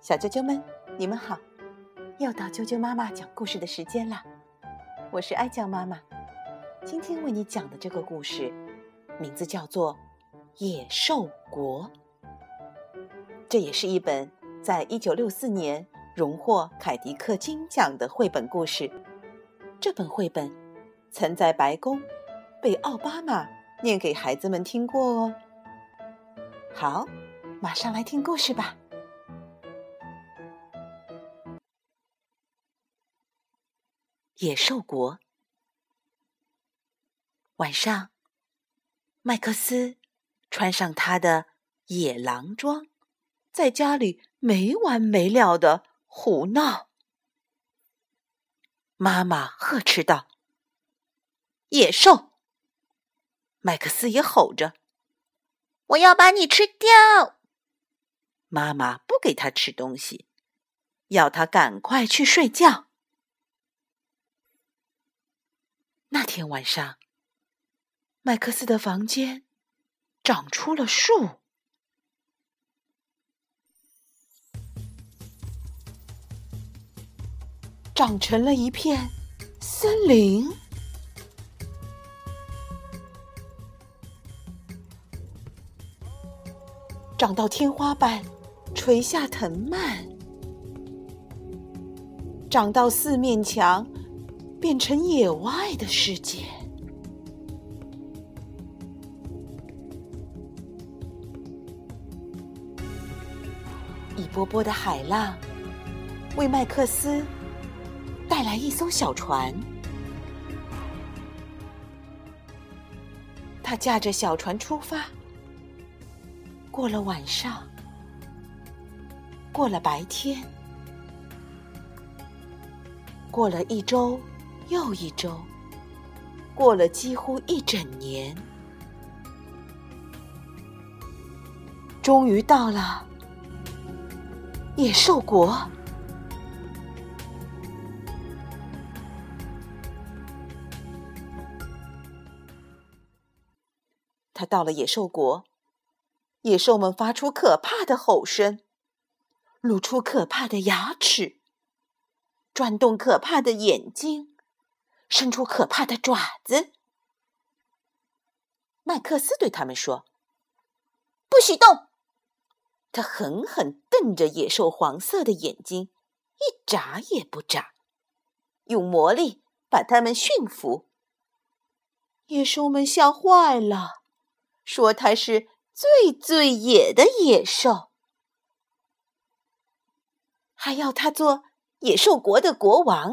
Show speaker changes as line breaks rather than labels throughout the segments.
小啾啾们，你们好，又到啾啾妈妈讲故事的时间啦。我是爱酱妈妈，今天为你讲的这个故事名字叫做《野兽国》，这也是一本在1964年荣获凯迪克金奖的绘本故事。这本绘本曾在白宫被奥巴马念给孩子们听过哦。好，马上来听故事吧。野兽国。晚上，麦克斯穿上他的野狼装，在家里没完没了地胡闹。妈妈呵斥道：“野兽！”麦克斯也吼着：“我要把你吃掉！”妈妈不给他吃东西，要他赶快去睡觉。那天晚上，麦克斯的房间长出了树，长成了一片森林。长到天花板垂下藤蔓，长到四面墙变成野外的世界。一波波的海浪为麦克斯带来一艘小船，他驾着小船出发，过了晚上，过了白天，过了一周又一周，过了几乎一整年，终于到了野兽国。他到了野兽国，野兽们发出可怕的吼声，露出可怕的牙齿，转动可怕的眼睛，伸出可怕的爪子。麦克斯对他们说：“不许动！”他狠狠瞪着野兽黄色的眼睛，一眨也不眨，用魔力把他们驯服。野兽们吓坏了，说他是最野的野兽，还要他做野兽国的国王。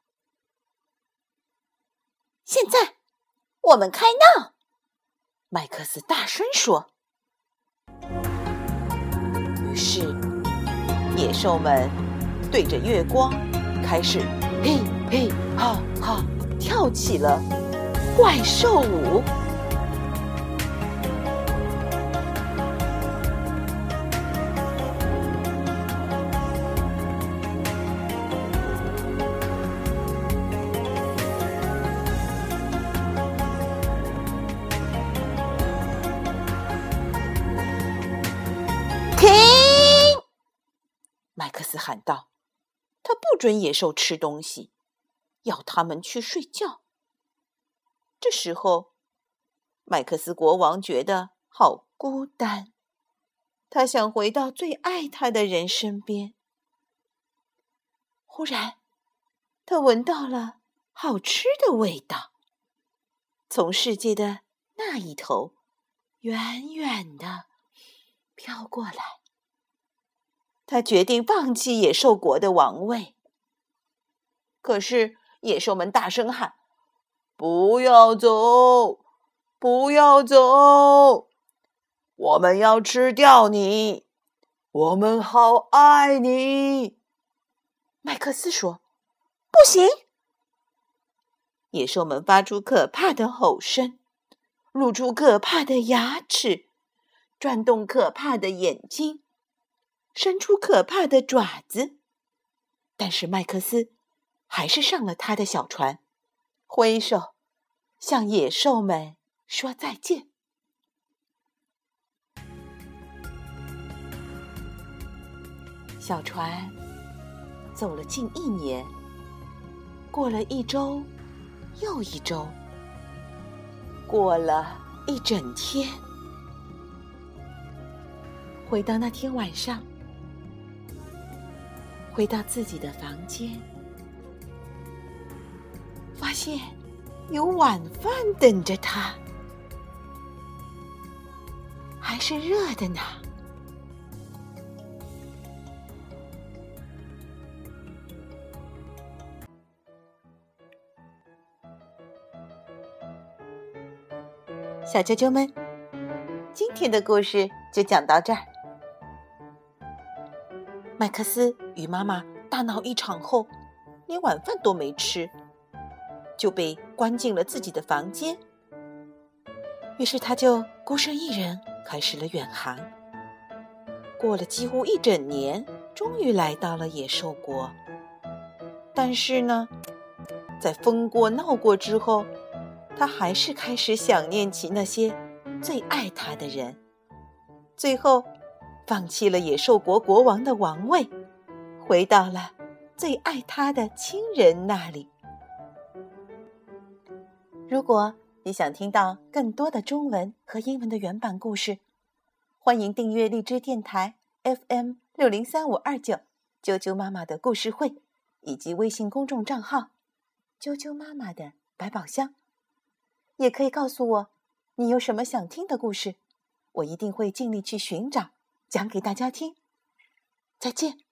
现在我们开闹！麦克斯大声说。于是野兽们对着月光开始嘿嘿哈哈跳起了怪兽舞。停！麦克斯喊道，他不准野兽吃东西，要他们去睡觉。这时候，麦克斯国王觉得好孤单，他想回到最爱他的人身边。忽然，他闻到了好吃的味道，从世界的那一头远远地飘过来。他决定放弃野兽国的王位。可是野兽们大声喊：“不要走，不要走，我们要吃掉你，我们好爱你。”麦克斯说：“不行！”野兽们发出可怕的吼声，露出可怕的牙齿，转动可怕的眼睛，伸出可怕的爪子。但是麦克斯还是上了他的小船，挥手向野兽们说再见。 小船走了近1年，过了1周又1周，过了1整天。回到那天晚上，回到自己的房间，发现有晚饭等着他，还是热的呢。小啾啾们，今天的故事就讲到这儿。麦克斯与妈妈大闹一场后，连晚饭都没吃，就被关进了自己的房间。于是他就孤身一人开始了远航。过了几乎1整年，终于来到了野兽国。但是呢，在疯过闹过之后，他还是开始想念起那些最爱他的人，最后放弃了野兽国国王的王位，回到了最爱他的亲人那里。如果你想听到更多的中文和英文的原版故事，欢迎订阅荔枝电台 FM603529啾啾妈妈的故事会，以及微信公众账号啾啾妈妈的百宝箱。也可以告诉我你有什么想听的故事，我一定会尽力去寻找，讲给大家听。再见。